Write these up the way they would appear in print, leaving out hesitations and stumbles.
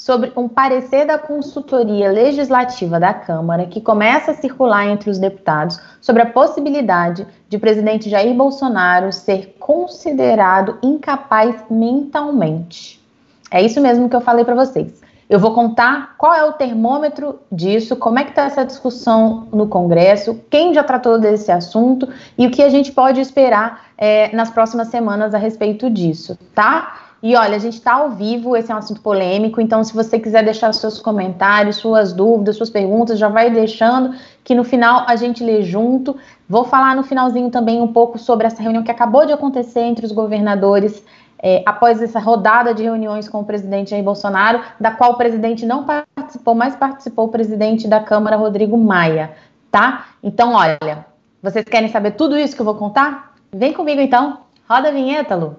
sobre um parecer da consultoria legislativa da Câmara que começa a circular entre os deputados sobre a possibilidade de o presidente Jair Bolsonaro ser considerado incapaz mentalmente. É isso mesmo que eu falei para vocês. Eu vou contar qual é o termômetro disso, como é que está essa discussão no Congresso, quem já tratou desse assunto e o que a gente pode esperar nas próximas semanas a respeito disso, tá? E olha, a gente está ao vivo, esse é um assunto polêmico, então se você quiser deixar seus comentários, suas dúvidas, suas perguntas, já vai deixando, que no final a gente lê junto. Vou falar no finalzinho também um pouco sobre essa reunião que acabou de acontecer entre os governadores, após essa rodada de reuniões com o presidente Jair Bolsonaro, da qual o presidente não participou, mas participou o presidente da Câmara, Rodrigo Maia, tá? Então, olha, vocês querem saber tudo isso que eu vou contar? Vem comigo então, roda a vinheta, Lu.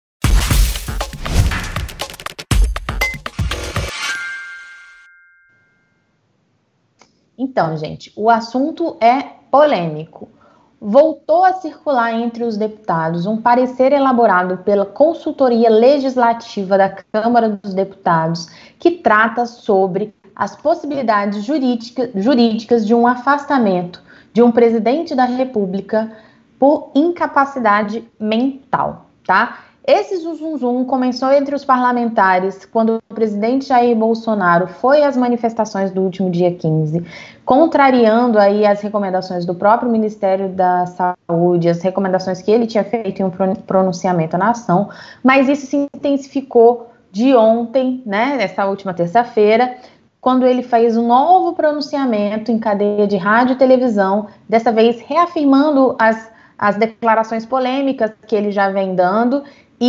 Então, gente, o assunto é polêmico. Voltou a circular entre os deputados um parecer elaborado pela Consultoria Legislativa da Câmara dos Deputados que trata sobre as possibilidades jurídicas de um afastamento de um presidente da República por incapacidade mental, tá? Esse zum começou entre os parlamentares quando o presidente Jair Bolsonaro foi às manifestações do último dia 15, contrariando aí as recomendações do próprio Ministério da Saúde, as recomendações que ele tinha feito em um pronunciamento à nação, mas isso se intensificou de ontem, né, nessa última terça-feira, quando ele fez um novo pronunciamento em cadeia de rádio e televisão, dessa vez reafirmando as declarações polêmicas que ele já vem dando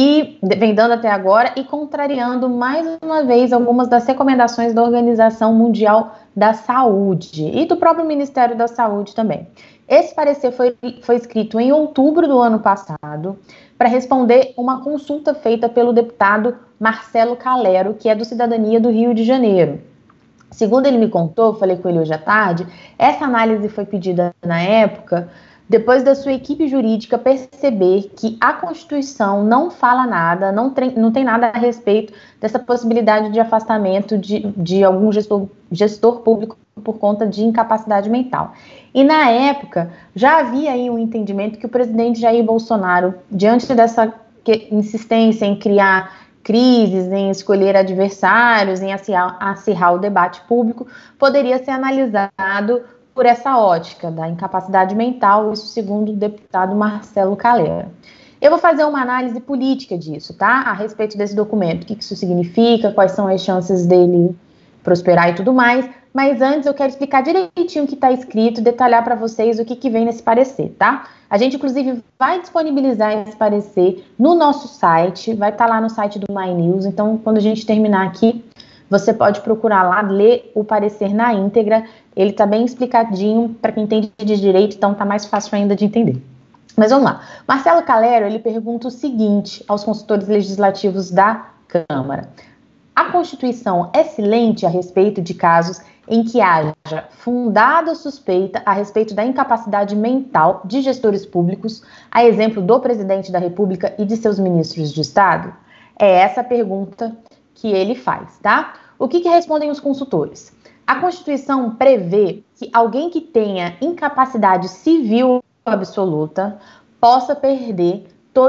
até agora e contrariando mais uma vez algumas das recomendações da Organização Mundial da Saúde e do próprio Ministério da Saúde também. Esse parecer foi escrito em outubro do ano passado para responder uma consulta feita pelo deputado Marcelo Calero, que é do Cidadania do Rio de Janeiro. Segundo ele me contou, falei com ele hoje à tarde, essa análise foi pedida na época depois da sua equipe jurídica perceber que a Constituição não fala nada, não tem nada a respeito dessa possibilidade de afastamento de algum gestor público por conta de incapacidade mental. E na época, já havia aí um entendimento que o presidente Jair Bolsonaro, diante dessa insistência em criar crises, em escolher adversários, em acirrar o debate público, poderia ser analisado por essa ótica da incapacidade mental, isso segundo o deputado Marcelo Calero. Eu vou fazer uma análise política disso, tá? A respeito desse documento, o que isso significa, quais são as chances dele prosperar e tudo mais, mas antes eu quero explicar direitinho o que está escrito, detalhar para vocês o que vem nesse parecer, tá? A gente, inclusive, vai disponibilizar esse parecer no nosso site, vai estar lá no site do My News, então quando a gente terminar aqui, você pode procurar lá, ler o parecer na íntegra, ele está bem explicadinho para quem entende de direito, então está mais fácil ainda de entender. Mas vamos lá. Marcelo Calero, ele pergunta o seguinte aos consultores legislativos da Câmara. A Constituição é silente a respeito de casos em que haja fundada suspeita a respeito da incapacidade mental de gestores públicos, a exemplo do presidente da República e de seus ministros de Estado? É essa a pergunta que ele faz, tá? O que respondem os consultores? A Constituição prevê que alguém que tenha incapacidade civil absoluta possa perder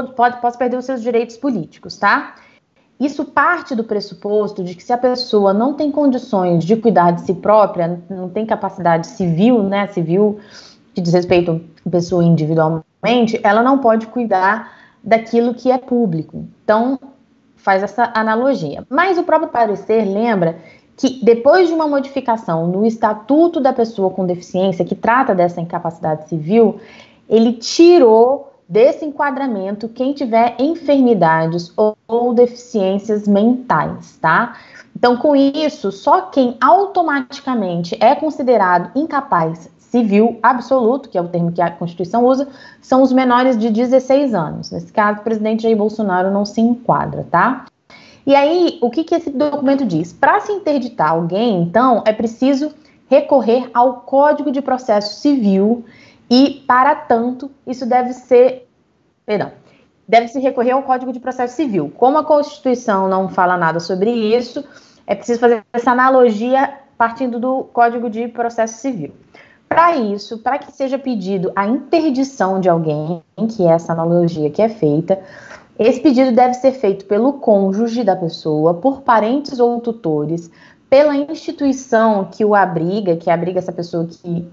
os seus direitos políticos, tá? Isso parte do pressuposto de que se a pessoa não tem condições de cuidar de si própria, não tem capacidade civil, né, civil que diz respeito à pessoa individualmente, ela não pode cuidar daquilo que é público. Então, faz essa analogia. Mas o próprio parecer lembra que depois de uma modificação no Estatuto da Pessoa com Deficiência, que trata dessa incapacidade civil, ele tirou desse enquadramento quem tiver enfermidades ou deficiências mentais, tá? Então, com isso, só quem automaticamente é considerado incapaz civil absoluto, que é o termo que a Constituição usa, são os menores de 16 anos. Nesse caso, o presidente Jair Bolsonaro não se enquadra, tá? E aí, o que esse documento diz? Para se interditar alguém, então, é preciso recorrer ao Código de Processo Civil e, para tanto, isso deve-se recorrer ao Código de Processo Civil. Como a Constituição não fala nada sobre isso, é preciso fazer essa analogia partindo do Código de Processo Civil. Para isso, para que seja pedido a interdição de alguém, que é essa analogia que é feita, esse pedido deve ser feito pelo cônjuge da pessoa, por parentes ou tutores, pela instituição que o abriga, que abriga essa pessoa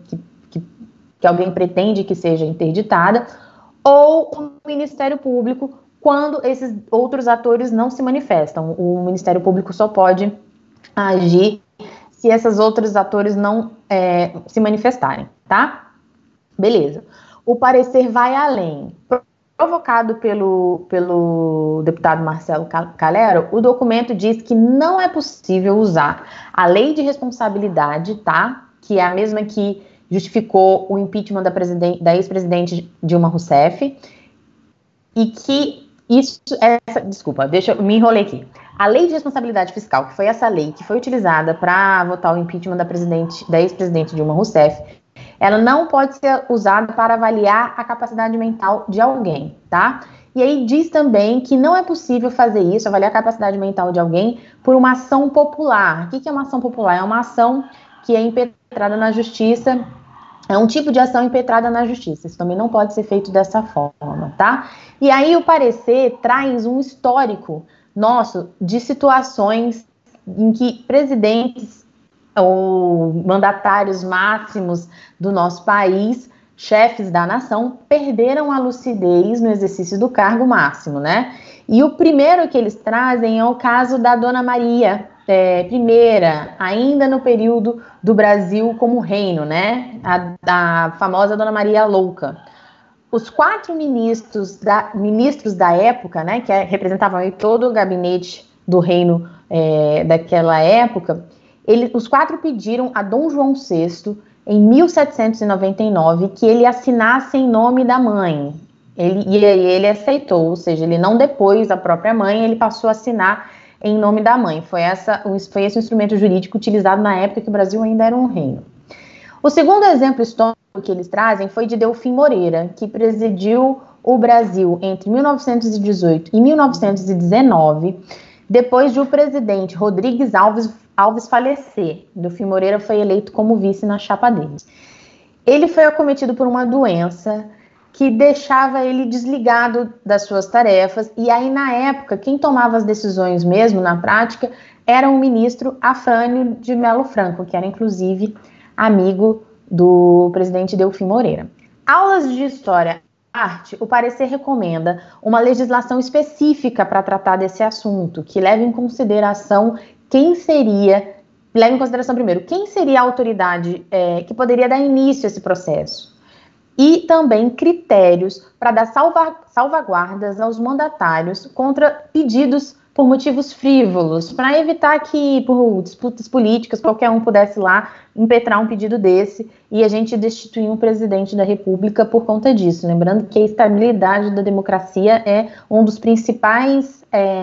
que alguém pretende que seja interditada, ou o Ministério Público, quando esses outros atores não se manifestam. O Ministério Público só pode agir se esses outros atores não se manifestarem, tá? Beleza. O parecer vai além. Provocado pelo deputado Marcelo Calero, o documento diz que não é possível usar a lei de responsabilidade, tá? Que é a mesma que justificou o impeachment da ex-presidente Dilma Rousseff, e que eu me enrolei aqui. A lei de responsabilidade fiscal, que foi essa lei que foi utilizada para votar o impeachment da ex-presidente Dilma Rousseff, ela não pode ser usada para avaliar a capacidade mental de alguém, tá? E aí diz também que não é possível fazer isso, avaliar a capacidade mental de alguém, por uma ação popular. O que é uma ação popular? É uma ação que é impetrada na justiça, é um tipo de ação impetrada na justiça. Isso também não pode ser feito dessa forma, tá? E aí o parecer traz um histórico nosso de situações em que presidentes ou mandatários máximos do nosso país, chefes da nação, perderam a lucidez no exercício do cargo máximo, né? E o primeiro que eles trazem é o caso da Dona Maria I, ainda no período do Brasil como reino, né? A famosa Dona Maria Louca. Os 4 ministros da época, né, que representavam aí todo o gabinete do reino daquela época, os 4 pediram a Dom João VI, em 1799, que ele assinasse em nome da mãe. Ele aceitou, ou seja, ele não depôs a própria mãe, ele passou a assinar em nome da mãe. Foi esse o instrumento jurídico utilizado na época que o Brasil ainda era um reino. O segundo exemplo histórico que eles trazem foi de Delfim Moreira, que presidiu o Brasil entre 1918 e 1919, depois de o presidente Rodrigues Alves falecer. Delfim Moreira foi eleito como vice na chapa dele. Ele foi acometido por uma doença que deixava ele desligado das suas tarefas, e aí na época quem tomava as decisões mesmo na prática era o ministro Afrânio de Melo Franco, que era inclusive amigo do presidente Delfim Moreira. Aulas de História e Arte, o parecer recomenda uma legislação específica para tratar desse assunto, que leve em consideração primeiro, quem seria a autoridade que poderia dar início a esse processo, e também critérios para dar salvaguardas aos mandatários contra pedidos por motivos frívolos, para evitar que, por disputas políticas, qualquer um pudesse lá impetrar um pedido desse e a gente destituir um presidente da República por conta disso. Lembrando que a estabilidade da democracia é um dos principais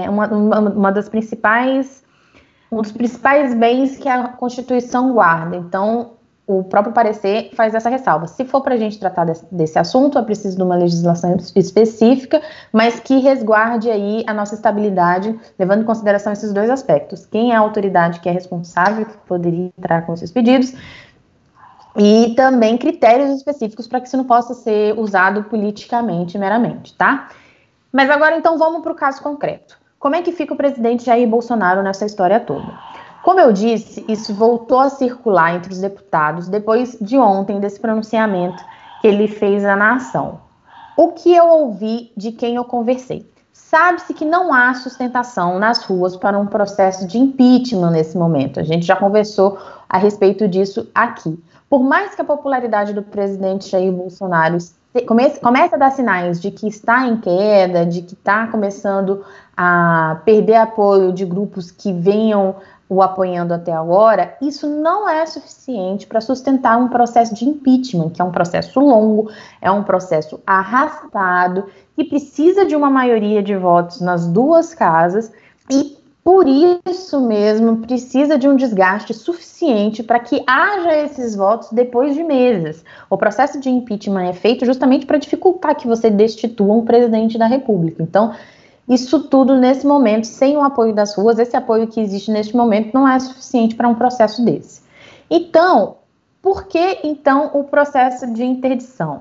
bens que a Constituição guarda. Então, o próprio parecer faz essa ressalva. Se for para a gente tratar desse assunto, é preciso de uma legislação específica, mas que resguarde aí a nossa estabilidade, levando em consideração esses 2 aspectos. Quem é a autoridade que é responsável, que poderia entrar com esses pedidos, e também critérios específicos para que isso não possa ser usado politicamente meramente, tá? Mas agora, então, vamos para o caso concreto. Como é que fica o presidente Jair Bolsonaro nessa história toda? Como eu disse, isso voltou a circular entre os deputados depois de ontem, desse pronunciamento que ele fez à nação. O que eu ouvi de quem eu conversei? Sabe-se que não há sustentação nas ruas para um processo de impeachment nesse momento. A gente já conversou a respeito disso aqui. Por mais que a popularidade do presidente Jair Bolsonaro comece a dar sinais de que está em queda, de que está começando a perder apoio de grupos que venham o apoiando até agora, isso não é suficiente para sustentar um processo de impeachment, que é um processo longo, é um processo arrastado, que precisa de uma maioria de votos nas 2 casas, e por isso mesmo precisa de um desgaste suficiente para que haja esses votos depois de meses. O processo de impeachment é feito justamente para dificultar que você destitua um presidente da República. Então, Isso tudo nesse momento, sem o apoio das ruas, esse apoio que existe neste momento não é suficiente para um processo desse. Então, por que então o processo de interdição?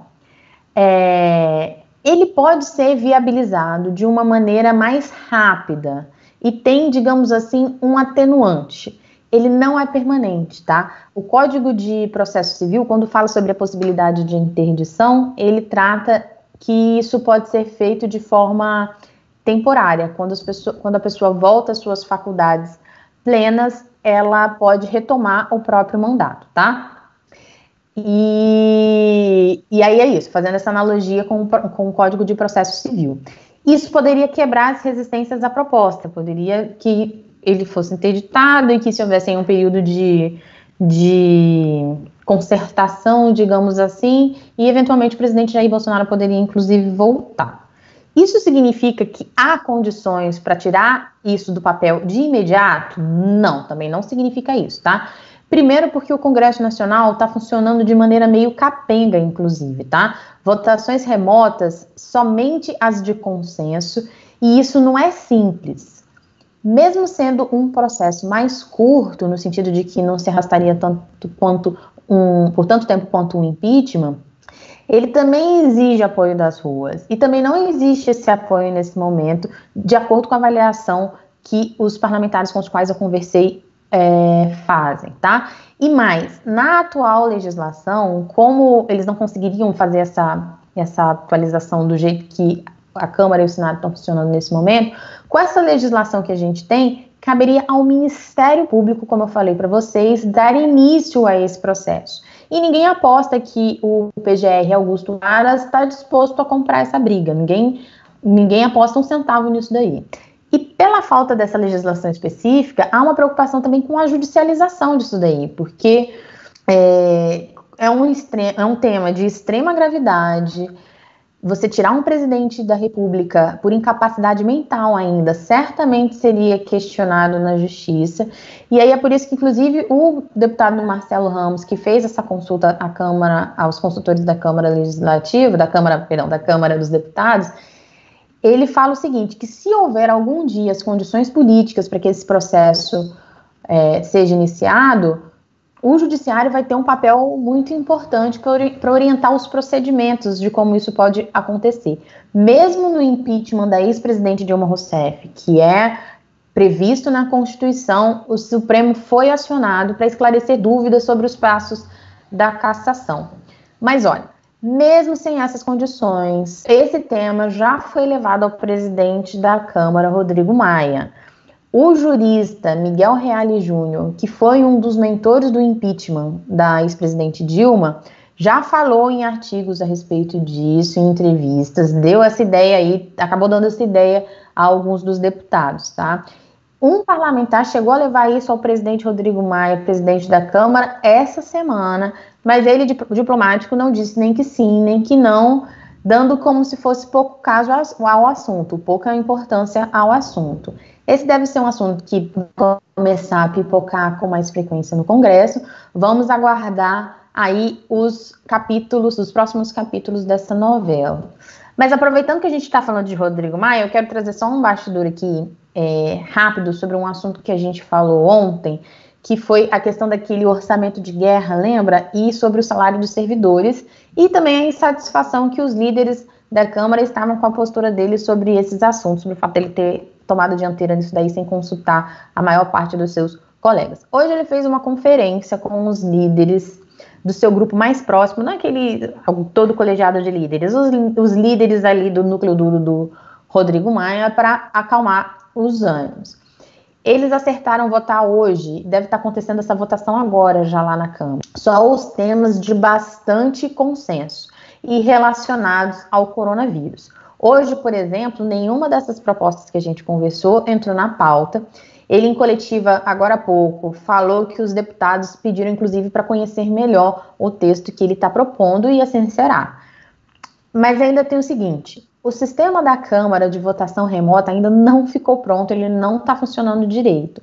Ele pode ser viabilizado de uma maneira mais rápida e tem, digamos assim, um atenuante. Ele não é permanente, tá? O Código de Processo Civil, quando fala sobre a possibilidade de interdição, ele trata que isso pode ser feito de forma temporária. Quando a pessoa volta às suas faculdades plenas, ela pode retomar o próprio mandato, tá? E aí é isso, fazendo essa analogia com o Código de Processo Civil. Isso poderia quebrar as resistências à proposta, poderia que ele fosse interditado e que se houvesse um período de concertação, digamos assim, e eventualmente o presidente Jair Bolsonaro poderia inclusive voltar. Isso significa que há condições para tirar isso do papel de imediato? Não, também não significa isso, tá? Primeiro porque o Congresso Nacional está funcionando de maneira meio capenga, inclusive, tá? Votações remotas, somente as de consenso, e isso não é simples. Mesmo sendo um processo mais curto, no sentido de que não se arrastaria por tanto tempo quanto um impeachment, ele também exige apoio das ruas. E também não existe esse apoio nesse momento, de acordo com a avaliação que os parlamentares com os quais eu conversei fazem, tá? E mais, na atual legislação, como eles não conseguiriam fazer essa atualização do jeito que a Câmara e o Senado estão funcionando nesse momento, com essa legislação que a gente tem, caberia ao Ministério Público, como eu falei para vocês, dar início a esse processo. E ninguém aposta que o PGR Augusto Aras está disposto a comprar essa briga, ninguém aposta um centavo nisso daí. E pela falta dessa legislação específica, há uma preocupação também com a judicialização disso daí, porque é um tema de extrema gravidade. Você tirar um presidente da República por incapacidade mental ainda, certamente seria questionado na justiça. E aí é por isso que, inclusive, o deputado Marcelo Ramos, que fez essa consulta à Câmara, aos consultores da Câmara Legislativa, da Câmara dos Deputados, ele fala o seguinte, que se houver algum dia as condições políticas para que esse processo seja iniciado, o judiciário vai ter um papel muito importante para orientar os procedimentos de como isso pode acontecer. Mesmo no impeachment da ex-presidente Dilma Rousseff, que é previsto na Constituição, o Supremo foi acionado para esclarecer dúvidas sobre os passos da cassação. Mas olha, mesmo sem essas condições, esse tema já foi levado ao presidente da Câmara, Rodrigo Maia. O jurista Miguel Reale Júnior, que foi um dos mentores do impeachment da ex-presidente Dilma, já falou em artigos a respeito disso, em entrevistas, deu essa ideia aí, acabou dando essa ideia a alguns dos deputados, tá? Um parlamentar chegou a levar isso ao presidente Rodrigo Maia, presidente da Câmara, essa semana, mas ele, diplomático, não disse nem que sim, nem que não, dando como se fosse pouco caso ao assunto, pouca importância ao assunto. Esse deve ser um assunto que vai começar a pipocar com mais frequência no Congresso. Vamos aguardar aí os próximos capítulos dessa novela. Mas aproveitando que a gente está falando de Rodrigo Maia, eu quero trazer só um bastidor aqui rápido sobre um assunto que a gente falou ontem, que foi a questão daquele orçamento de guerra, lembra? E sobre o salário dos servidores e também a insatisfação que os líderes da Câmara estavam com a postura dele sobre esses assuntos, sobre o fato dele ter tomado dianteira nisso daí sem consultar a maior parte dos seus colegas. Hoje ele fez uma conferência com os líderes do seu grupo mais próximo, não é aquele todo colegiado de líderes, os líderes ali do núcleo duro do Rodrigo Maia, para acalmar os ânimos. Eles acertaram votar hoje, deve estar acontecendo essa votação agora já lá na Câmara. Só os temas de bastante consenso e relacionados ao coronavírus. Hoje, por exemplo, nenhuma dessas propostas que a gente conversou entrou na pauta. Ele, em coletiva, agora há pouco, falou que os deputados pediram, inclusive, para conhecer melhor o texto que ele está propondo, e assim será. Mas ainda tem o seguinte, o sistema da Câmara de votação remota ainda não ficou pronto, ele não está funcionando direito.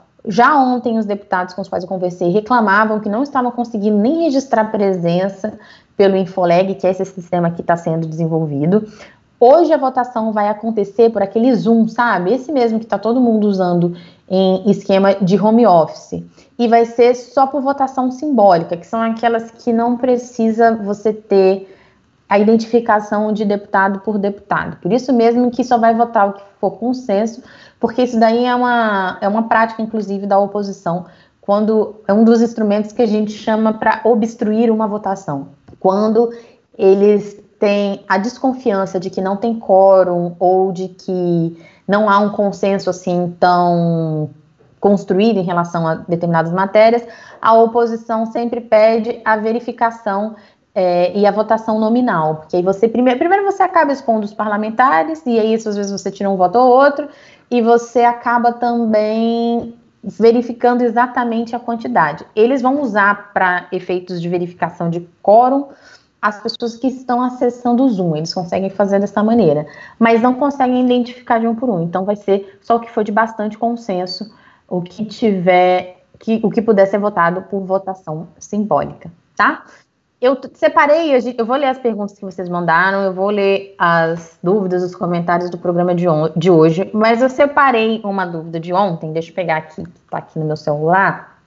Já ontem, os deputados com os quais eu conversei reclamavam que não estavam conseguindo nem registrar presença pelo Infoleg, que é esse sistema que está sendo desenvolvido. Hoje a votação vai acontecer por aquele Zoom, sabe? Esse mesmo que está todo mundo usando em esquema de home office. E vai ser só por votação simbólica, que são aquelas que não precisa você ter a identificação de deputado por deputado. Por isso mesmo que só vai votar o que for consenso, porque isso daí é uma prática, inclusive, da oposição, quando é um dos instrumentos que a gente chama para obstruir uma votação. Quando eles têm a desconfiança de que não tem quórum ou de que não há um consenso assim tão construído em relação a determinadas matérias, a oposição sempre pede a verificação e a votação nominal, porque aí você primeiro você acaba expondo os parlamentares, e aí isso, às vezes você tira um voto ou outro, e você acaba também verificando exatamente a quantidade. Eles vão usar para efeitos de verificação de quórum as pessoas que estão acessando o Zoom, eles conseguem fazer dessa maneira, mas não conseguem identificar de um por um, então vai ser só o que for de bastante consenso, o que puder ser votado por votação simbólica, tá? Eu separei, eu vou ler as perguntas que vocês mandaram, eu vou ler as dúvidas, os comentários do programa de hoje, mas eu separei uma dúvida de ontem, deixa eu pegar aqui, que está aqui no meu celular,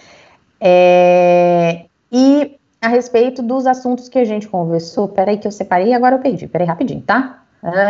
e a respeito dos assuntos que a gente conversou. Peraí que eu separei e agora eu perdi, peraí rapidinho, tá?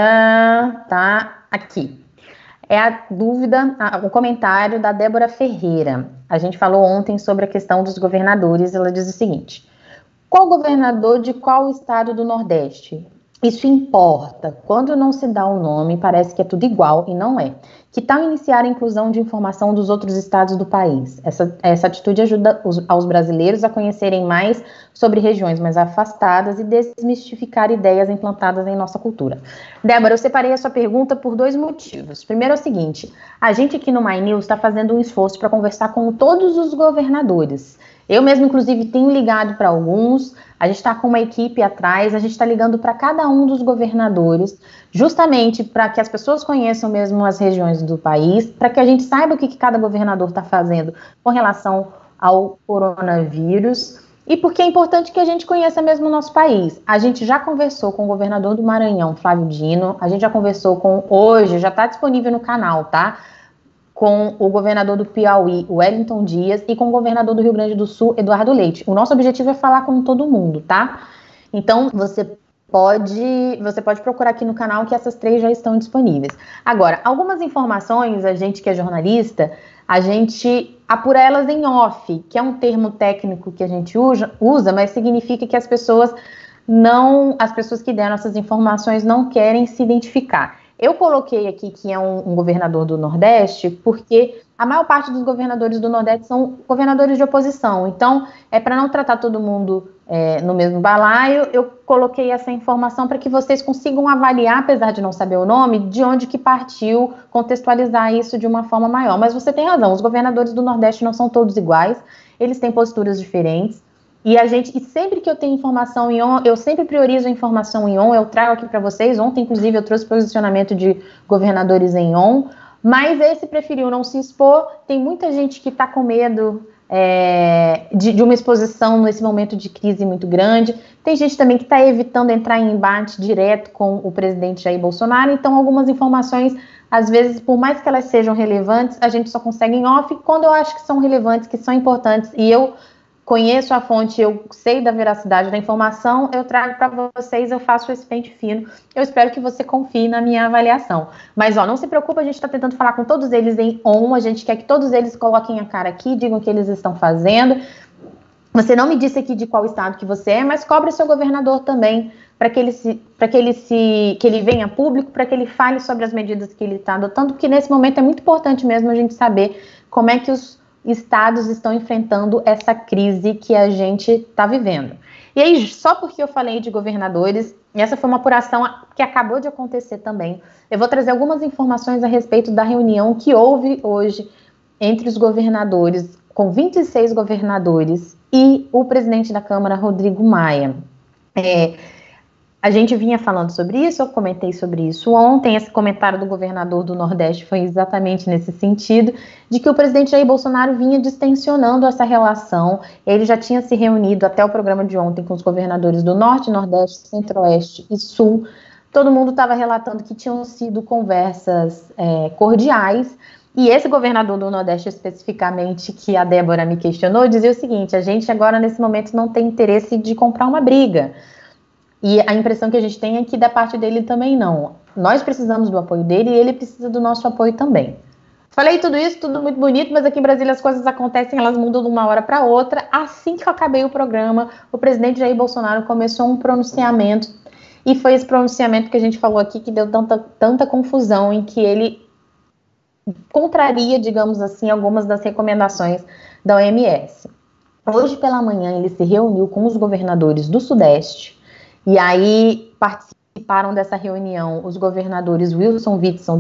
Tá aqui. É a dúvida, o comentário da Débora Ferreira. A gente falou ontem sobre a questão dos governadores, ela diz o seguinte: qual governador de qual estado do Nordeste? Isso importa. Quando não se dá o nome, parece que é tudo igual e não é. Que tal iniciar a inclusão de informação dos outros estados do país? Essa atitude ajuda aos brasileiros a conhecerem mais sobre regiões mais afastadas e desmistificar ideias implantadas em nossa cultura. Débora, eu separei a sua pergunta por dois motivos. Primeiro é o seguinte: a gente aqui no My News está fazendo um esforço para conversar com todos os governadores. Eu mesmo, inclusive, tenho ligado para alguns, a gente está com uma equipe atrás, a gente está ligando para cada um dos governadores, justamente para que as pessoas conheçam mesmo as regiões do país, para que a gente saiba o que cada governador está fazendo com relação ao coronavírus, e porque é importante que a gente conheça mesmo o nosso país. A gente já conversou com o governador do Maranhão, Flávio Dino, a gente já conversou hoje, já está disponível no canal, tá? Com o governador do Piauí, Wellington Dias, e com o governador do Rio Grande do Sul, Eduardo Leite. O nosso objetivo é falar com todo mundo, tá? Então, você pode procurar aqui no canal que essas três já estão disponíveis. Agora, algumas informações, a gente que é jornalista, a gente apura elas em off, que é um termo técnico que a gente usa, mas significa que as pessoas que deram essas informações não querem se identificar. Eu coloquei aqui que é um governador do Nordeste, porque a maior parte dos governadores do Nordeste são governadores de oposição. Então, para não tratar todo mundo no mesmo balaio, eu coloquei essa informação para que vocês consigam avaliar, apesar de não saber o nome, de onde que partiu, contextualizar isso de uma forma maior. Mas você tem razão, os governadores do Nordeste não são todos iguais, eles têm posturas diferentes. E sempre que eu tenho informação em on, eu sempre priorizo a informação em on, eu trago aqui para vocês. Ontem, inclusive, eu trouxe posicionamento de governadores em on, mas esse preferiu não se expor. Tem muita gente que está com medo de uma exposição nesse momento de crise muito grande. Tem gente também que está evitando entrar em embate direto com o presidente Jair Bolsonaro. Então, algumas informações, às vezes, por mais que elas sejam relevantes, a gente só consegue em off quando eu acho que são relevantes, que são importantes, e eu conheço a fonte, eu sei da veracidade da informação, eu trago para vocês, eu faço esse pente fino. Eu espero que você confie na minha avaliação. Mas, não se preocupe, a gente está tentando falar com todos eles em on, a gente quer que todos eles coloquem a cara aqui, digam o que eles estão fazendo. Você não me disse aqui de qual estado que você é, mas cobre seu governador também, para que ele venha a público, para que ele fale sobre as medidas que ele está adotando, porque nesse momento é muito importante mesmo a gente saber como é que os estados estão enfrentando essa crise que a gente está vivendo. E aí, só porque eu falei de governadores, essa foi uma apuração que acabou de acontecer também. Eu vou trazer algumas informações a respeito da reunião que houve hoje entre os governadores, com 26 governadores, e o presidente da Câmara, Rodrigo Maia. A gente vinha falando sobre isso, eu comentei sobre isso ontem. Esse comentário do governador do Nordeste foi exatamente nesse sentido, de que o presidente Jair Bolsonaro vinha distensionando essa relação. Ele já tinha se reunido até o programa de ontem com os governadores do Norte, Nordeste, Centro-Oeste e Sul, todo mundo estava relatando que tinham sido conversas cordiais, e esse governador do Nordeste especificamente, que a Débora me questionou, dizia o seguinte: a gente agora nesse momento não tem interesse de comprar uma briga, e a impressão que a gente tem é que da parte dele também não. Nós precisamos do apoio dele e ele precisa do nosso apoio também. Falei tudo isso, tudo muito bonito, mas aqui em Brasília as coisas acontecem, elas mudam de uma hora para outra. Assim que eu acabei o programa, o presidente Jair Bolsonaro começou um pronunciamento, e foi esse pronunciamento que a gente falou aqui que deu tanta confusão, em que ele contraria, digamos assim, algumas das recomendações da OMS. Hoje pela manhã ele se reuniu com os governadores do Sudeste, e aí participaram dessa reunião os governadores Wilson Witzel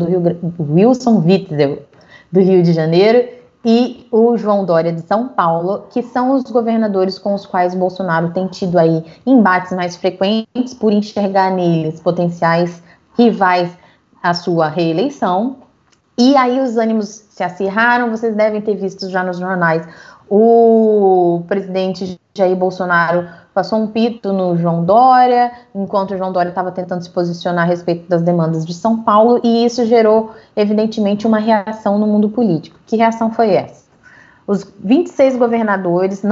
do Rio de Janeiro e o João Dória de São Paulo, que são os governadores com os quais Bolsonaro tem tido aí embates mais frequentes por enxergar neles potenciais rivais à sua reeleição. E aí os ânimos se acirraram, vocês devem ter visto já nos jornais. O presidente Jair Bolsonaro passou um pito no João Dória, enquanto o João Dória estava tentando se posicionar a respeito das demandas de São Paulo, e isso gerou, evidentemente, uma reação no mundo político. Que reação foi essa? Os 26 governadores,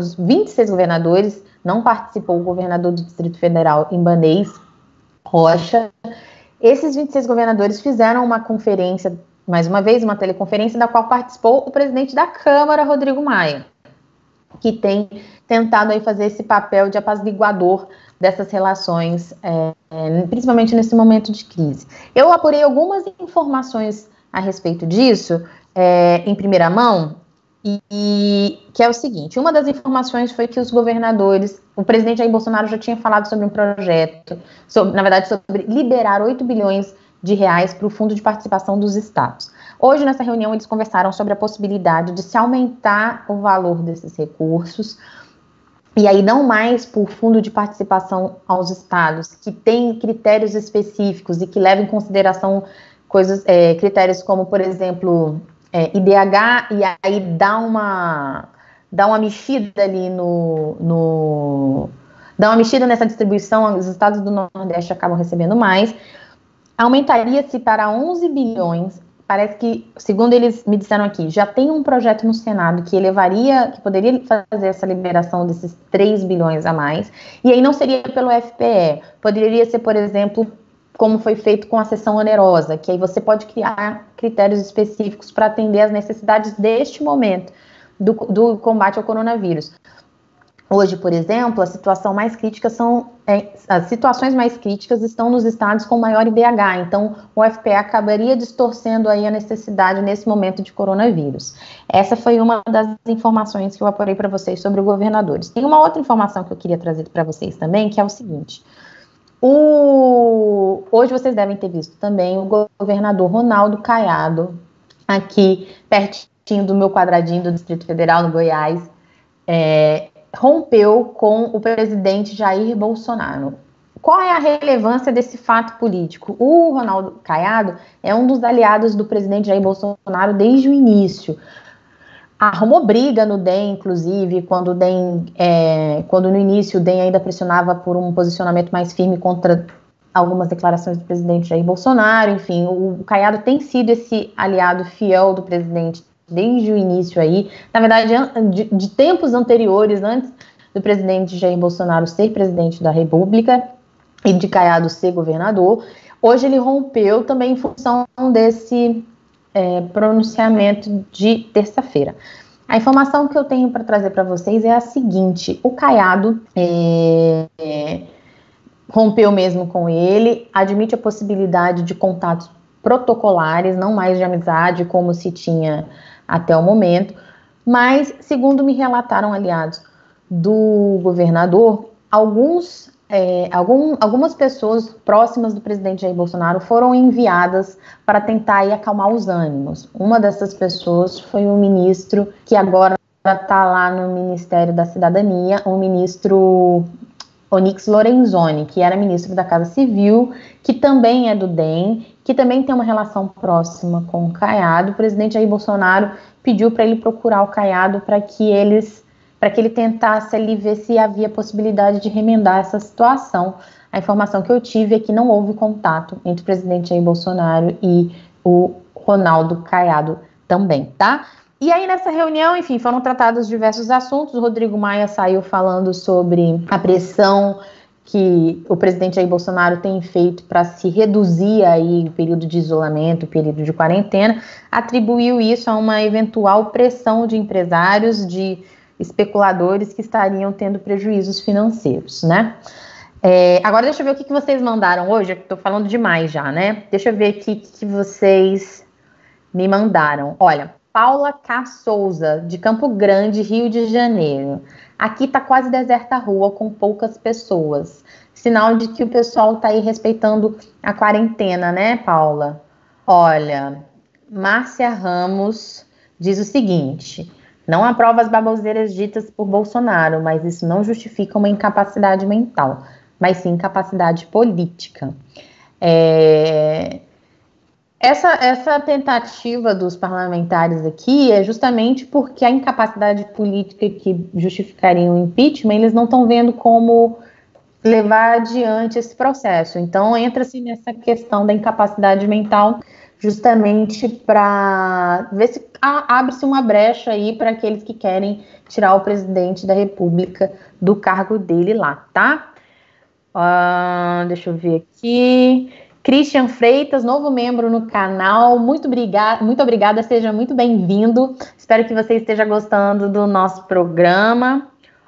não participou o governador do Distrito Federal, Ibanez Rocha. Esses 26 governadores fizeram uma conferência, mais uma vez, uma teleconferência, da qual participou o presidente da Câmara, Rodrigo Maia, que tem tentado aí fazer esse papel de apaziguador dessas relações, principalmente nesse momento de crise. Eu apurei algumas informações a respeito disso, em primeira mão, e que é o seguinte: uma das informações foi que os governadores, o presidente Jair Bolsonaro já tinha falado sobre um projeto, sobre liberar 8 bilhões de reais para o Fundo de Participação dos Estados. Hoje, nessa reunião, eles conversaram sobre a possibilidade de se aumentar o valor desses recursos, e aí não mais por Fundo de Participação aos Estados, que tem critérios específicos e que levam em consideração critérios como, por exemplo, IDH, e aí dá uma mexida ali dá uma mexida nessa distribuição, os estados do Nordeste acabam recebendo mais. Aumentaria-se para 11 bilhões, parece que, segundo eles me disseram aqui, já tem um projeto no Senado que poderia fazer essa liberação desses 3 bilhões a mais, e aí não seria pelo FPE, poderia ser, por exemplo, como foi feito com a cessão onerosa, que aí você pode criar critérios específicos para atender às necessidades deste momento do combate ao coronavírus. Hoje, por exemplo, as situações mais críticas estão nos estados com maior IDH, então o FPE acabaria distorcendo aí a necessidade nesse momento de coronavírus. Essa foi uma das informações que eu apurei para vocês sobre os governadores. Tem uma outra informação que eu queria trazer para vocês também, que é o seguinte: hoje vocês devem ter visto também o governador Ronaldo Caiado, aqui pertinho do meu quadradinho do Distrito Federal, no Goiás, rompeu com o presidente Jair Bolsonaro. Qual é a relevância desse fato político? O Ronaldo Caiado é um dos aliados do presidente Jair Bolsonaro desde o início. Arrumou briga no DEM, inclusive, quando no início o DEM ainda pressionava por um posicionamento mais firme contra algumas declarações do presidente Jair Bolsonaro. Enfim, o Caiado tem sido esse aliado fiel do presidente desde o início aí, na verdade, de tempos anteriores, antes do presidente Jair Bolsonaro ser presidente da República e de Caiado ser governador. Hoje ele rompeu também em função desse pronunciamento de terça-feira. A informação que eu tenho para trazer para vocês é a seguinte: o Caiado rompeu mesmo com ele, admite a possibilidade de contatos protocolares, não mais de amizade como se tinha até o momento, mas, segundo me relataram aliados do governador, algumas pessoas próximas do presidente Jair Bolsonaro foram enviadas para tentar aí acalmar os ânimos. Uma dessas pessoas foi o ministro que agora está lá no Ministério da Cidadania, o ministro Onyx Lorenzoni, que era ministro da Casa Civil, que também é do DEM, que também tem uma relação próxima com o Caiado. O presidente Jair Bolsonaro pediu para ele procurar o Caiado para que eles para que ele tentasse ali ver se havia possibilidade de remendar essa situação. A informação que eu tive é que não houve contato entre o presidente Jair Bolsonaro e o Ronaldo Caiado também, tá? E aí nessa reunião, enfim, foram tratados diversos assuntos. O Rodrigo Maia saiu falando sobre a pressão que o presidente Jair Bolsonaro tem feito para se reduzir aí o período de isolamento, o período de quarentena, atribuiu isso a uma eventual pressão de empresários, de especuladores que estariam tendo prejuízos financeiros, né? Agora deixa eu ver o que vocês mandaram hoje, eu estou falando demais já, né? Deixa eu ver aqui o que vocês me mandaram. Olha, Paula K. Souza, de Campo Grande, Rio de Janeiro. Aqui tá quase deserta a rua, com poucas pessoas. Sinal de que o pessoal tá aí respeitando a quarentena, né, Paula? Olha, Márcia Ramos diz o seguinte: não aprova as baboseiras ditas por Bolsonaro, mas isso não justifica uma incapacidade mental, mas sim incapacidade política. Essa tentativa dos parlamentares aqui é justamente porque a incapacidade política que justificaria o impeachment, eles não estão vendo como levar adiante esse processo. Então, entra-se nessa questão da incapacidade mental justamente para ver se abre-se uma brecha aí para aqueles que querem tirar o presidente da República do cargo dele lá, tá? Deixa eu ver aqui. Christian Freitas, novo membro no canal, muito obrigada, seja muito bem-vindo. Espero que você esteja gostando do nosso programa.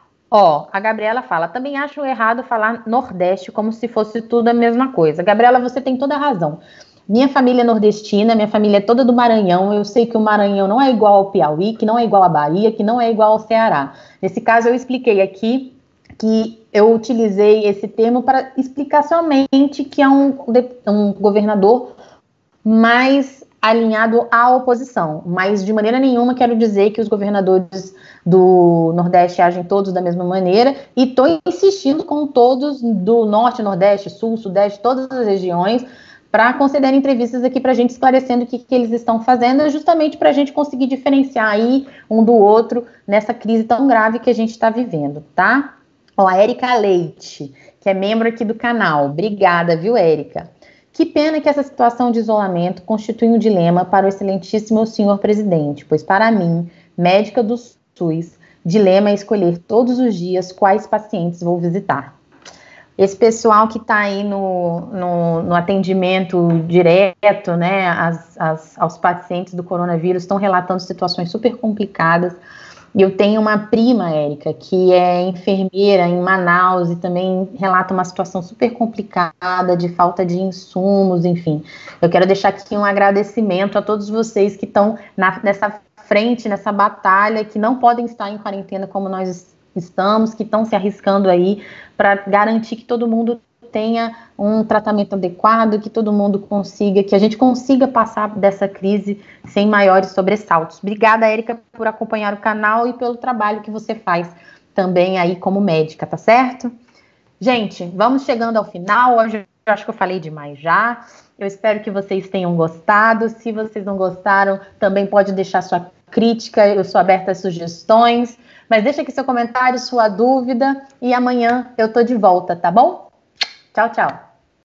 A Gabriela fala, também acho errado falar Nordeste como se fosse tudo a mesma coisa. Gabriela, você tem toda a razão. Minha família é nordestina, minha família é toda do Maranhão, eu sei que o Maranhão não é igual ao Piauí, que não é igual à Bahia, que não é igual ao Ceará. Nesse caso, eu expliquei aqui que eu utilizei esse termo para explicar somente que é um governador mais alinhado à oposição, mas de maneira nenhuma quero dizer que os governadores do Nordeste agem todos da mesma maneira, e estou insistindo com todos do Norte, Nordeste, Sul, Sudeste, todas as regiões, para conceder entrevistas aqui para a gente esclarecendo o que eles estão fazendo, justamente para a gente conseguir diferenciar aí um do outro nessa crise tão grave que a gente está vivendo, tá? A Érica Leite, que é membro aqui do canal. Obrigada, viu, Érica? Que pena que essa situação de isolamento constitui um dilema para o excelentíssimo senhor presidente, pois para mim, médica do SUS, dilema é escolher todos os dias quais pacientes vou visitar. Esse pessoal que está aí no atendimento direto, né, aos pacientes do coronavírus, estão relatando situações super complicadas. E eu tenho uma prima, Érica, que é enfermeira em Manaus e também relata uma situação super complicada de falta de insumos, enfim. Eu quero deixar aqui um agradecimento a todos vocês que estão nessa frente, nessa batalha, que não podem estar em quarentena como nós estamos, que estão se arriscando aí para garantir que todo mundo tenha um tratamento adequado, que todo mundo consiga, que a gente consiga passar dessa crise sem maiores sobressaltos. Obrigada, Érica, por acompanhar o canal e pelo trabalho que você faz também aí como médica, tá certo? Gente, vamos chegando ao final. Hoje eu acho que eu falei demais já. Eu espero que vocês tenham gostado. Se vocês não gostaram, também pode deixar sua crítica, eu sou aberta a sugestões, mas deixa aqui seu comentário, sua dúvida, e amanhã eu tô de volta, tá bom? Tchau, tchau.